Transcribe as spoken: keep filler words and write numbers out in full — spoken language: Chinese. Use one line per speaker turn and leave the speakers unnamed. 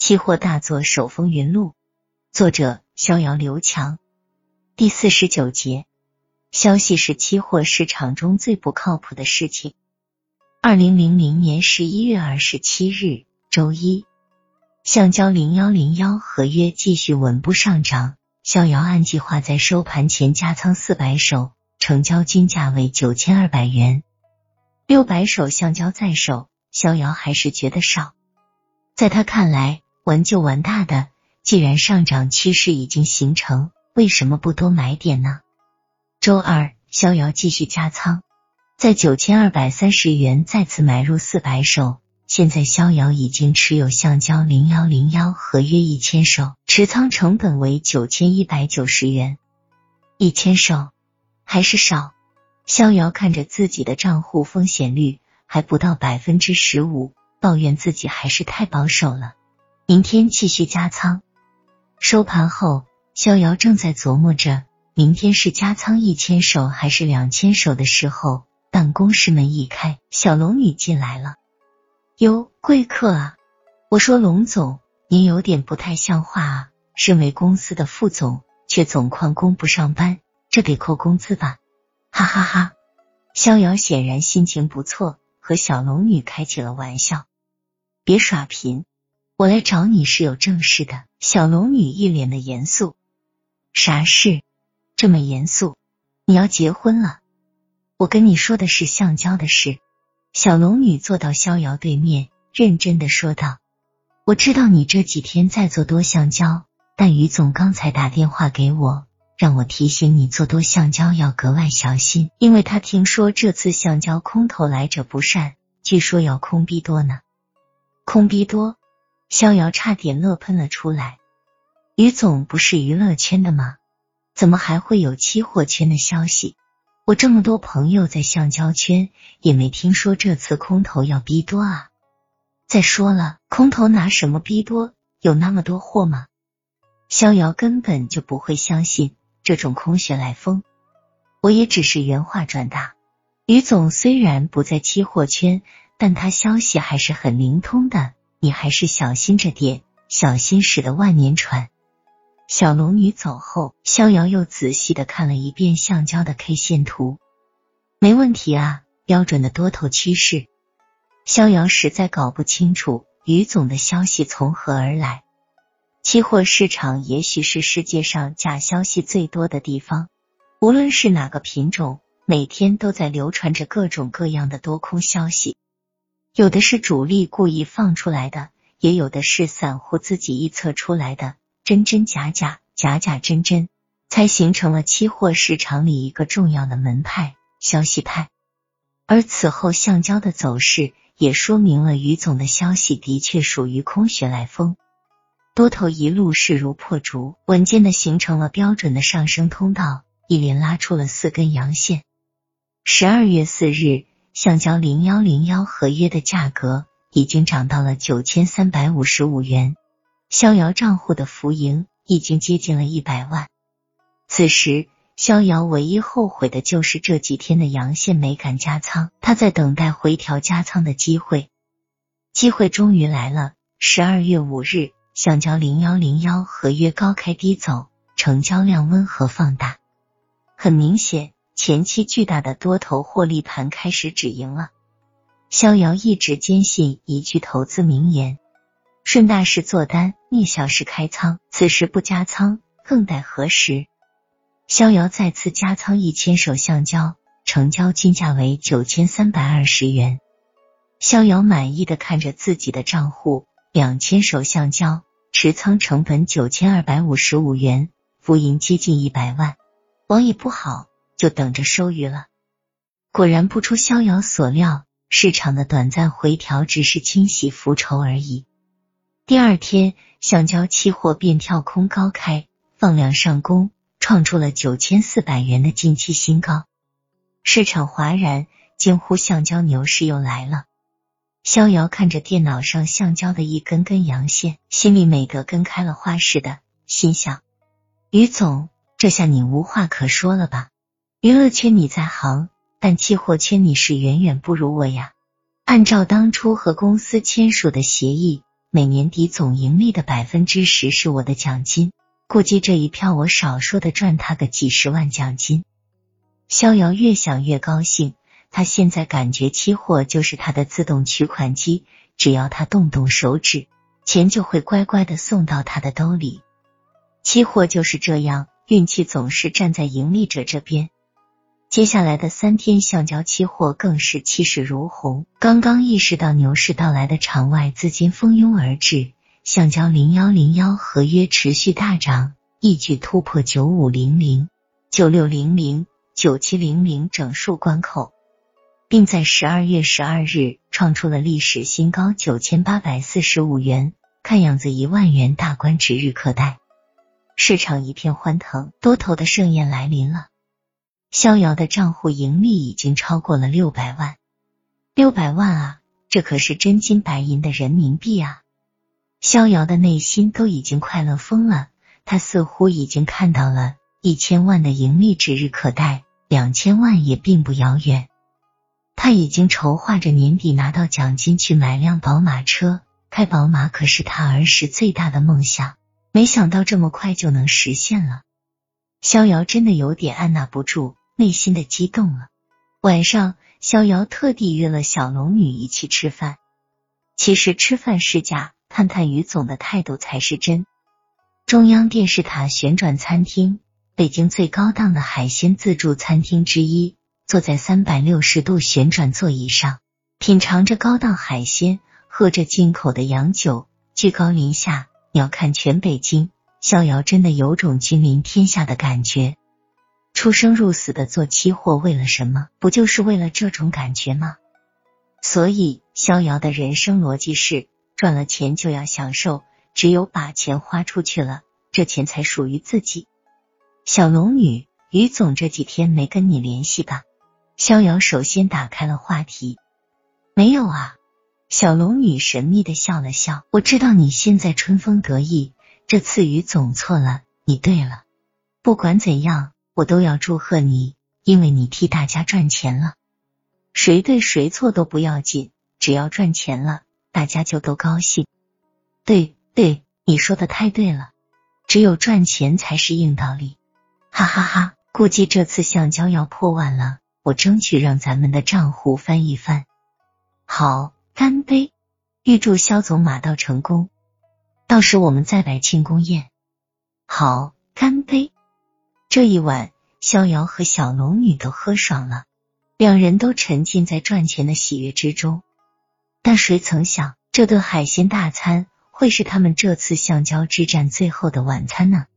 期货大作手风云录，作者逍遥刘强。第四十九节，消息是期货市场中最不靠谱的事情。二零零零年十一月二十七日，周一，橡胶零一零一合约继续稳步上涨，逍遥按计划在收盘前加仓四百手，成交均价为九千二百元。六百手橡胶在手，逍遥还是觉得少。在他看来，玩就玩大的，既然上涨趋势已经形成，为什么不多买点呢？周二，逍遥继续加仓，在九千二百三十元再次买入四百手，现在逍遥已经持有橡胶零一零一合约一千手，持仓成本为九千一百九十元。一千手还是少，逍遥看着自己的账户风险率还不到 百分之十五， 抱怨自己还是太保守了，明天继续加仓。收盘后，逍遥正在琢磨着明天是加仓一千手还是两千手的时候，办公室门一开，小龙女进来了。哟，贵客啊！我说龙总，您有点不太像话啊，身为公司的副总，却总旷工不上班，这得扣工资吧？哈哈哈！逍遥显然心情不错，和小龙女开起了玩笑。别耍贫，我来找你是有正事的。小龙女一脸的严肃。啥事？这么严肃？你要结婚了？我跟你说的是橡胶的事。小龙女坐到逍遥对面，认真的说道。我知道你这几天在做多橡胶，但于总刚才打电话给我，让我提醒你做多橡胶要格外小心，因为他听说这次橡胶空头来者不善，据说要空逼多呢。空逼多？逍遥差点乐喷了出来。于总不是娱乐圈的吗？怎么还会有期货圈的消息？我这么多朋友在橡胶圈，也没听说这次空头要逼多啊。再说了，空头拿什么逼多？有那么多货吗？逍遥根本就不会相信这种空穴来风。我也只是原话转达。于总虽然不在期货圈，但他消息还是很灵通的，你还是小心着点，小心驶得万年船。小龙女走后，逍遥又仔细地看了一遍橡胶的 K 线图。没问题啊，标准的多头趋势。逍遥实在搞不清楚于总的消息从何而来。期货市场也许是世界上假消息最多的地方，无论是哪个品种，每天都在流传着各种各样的多空消息。有的是主力故意放出来的，也有的是散户自己臆测出来的，真真假假，假假真真，才形成了期货市场里一个重要的门派——消息派。而此后橡胶的走势也说明了于总的消息的确属于空穴来风。多头一路势如破竹，稳健的形成了标准的上升通道，一连拉出了四根阳线。十二月四日，橡胶零一零一合约的价格已经涨到了九千三百五十五元。逍遥账户的浮盈已经接近了一百万。此时，逍遥唯一后悔的就是这几天的阳线没敢加仓，他在等待回调加仓的机会。机会终于来了。十二月五日，橡胶零一零一合约高开低走，成交量温和放大。很明显，前期巨大的多头获利盘开始止盈了。逍遥一直坚信一句投资名言：顺大势做单，逆小势开仓，此时不加仓，更待何时？逍遥再次加仓一千手橡胶，成交均价为九千三百二十元。逍遥满意的看着自己的账户，两千手橡胶，持仓成本九千二百五十五元，浮盈接近一百万。王也不好，就等着收鱼了。果然不出逍遥所料，市场的短暂回调只是清洗浮筹而已。第二天，橡胶期货便跳空高开，放量上攻，创出了九千四百元的近期新高。市场哗然，惊呼橡胶牛市又来了。逍遥看着电脑上橡胶的一根根阳线，心里美得跟开了花似的，心想：于总，这下你无话可说了吧？娱乐圈你在行，但期货圈你是远远不如我呀。按照当初和公司签署的协议， 每年底总盈利的百分之十是我的奖金，估计这一票我少说的赚他个几十万奖金。逍遥越想越高兴，他现在感觉期货就是他的自动取款机，只要他动动手指，钱就会乖乖的送到他的兜里。期货就是这样，运气总是站在盈利者这边。接下来的三天，橡胶期货更是气势如虹。刚刚意识到牛市到来的场外资金蜂拥而至，橡胶零一零一合约持续大涨，一举突破九五零零、九六零零、九七零零整数关口，并在十二月十二日创出了历史新高九千八百四十五元，看样子一万元大关指日可待。市场一片欢腾，多头的盛宴来临了。逍遥的账户盈利已经超过了六百万，六百万啊，这可是真金白银的人民币啊！逍遥的内心都已经快乐疯了，他似乎已经看到了一千万的盈利指日可待，两千万也并不遥远。他已经筹划着年底拿到奖金去买辆宝马车，开宝马可是他儿时最大的梦想，没想到这么快就能实现了。逍遥真的有点按捺不住内心的激动了。晚上，逍遥特地约了小龙女一起吃饭。其实吃饭是假，看看于总的态度才是真。中央电视塔旋转餐厅，北京最高档的海鲜自助餐厅之一，坐在三百六十度旋转座椅上，品尝着高档海鲜，喝着进口的洋酒，居高临下鸟瞰全北京。逍遥真的有种君临天下的感觉。出生入死的做期货为了什么？不就是为了这种感觉吗？所以逍遥的人生逻辑是，赚了钱就要享受，只有把钱花出去了，这钱才属于自己。小龙女，于总这几天没跟你联系吧？逍遥首先打开了话题。没有啊。小龙女神秘的笑了笑，我知道你现在春风得意，这次于总错了，你对了。不管怎样，我都要祝贺你，因为你替大家赚钱了。谁对谁错都不要紧，只要赚钱了，大家就都高兴。对对，你说的太对了，只有赚钱才是硬道理。哈哈哈，估计这次橡胶要破万了，我争取让咱们的账户翻一翻。好，干杯！预祝肖总马到成功，到时我们再摆庆功宴。好，干杯！这一晚，逍遥和小龙女都喝爽了，两人都沉浸在赚钱的喜悦之中。但谁曾想，这顿海鲜大餐会是他们这次橡胶之战最后的晚餐呢？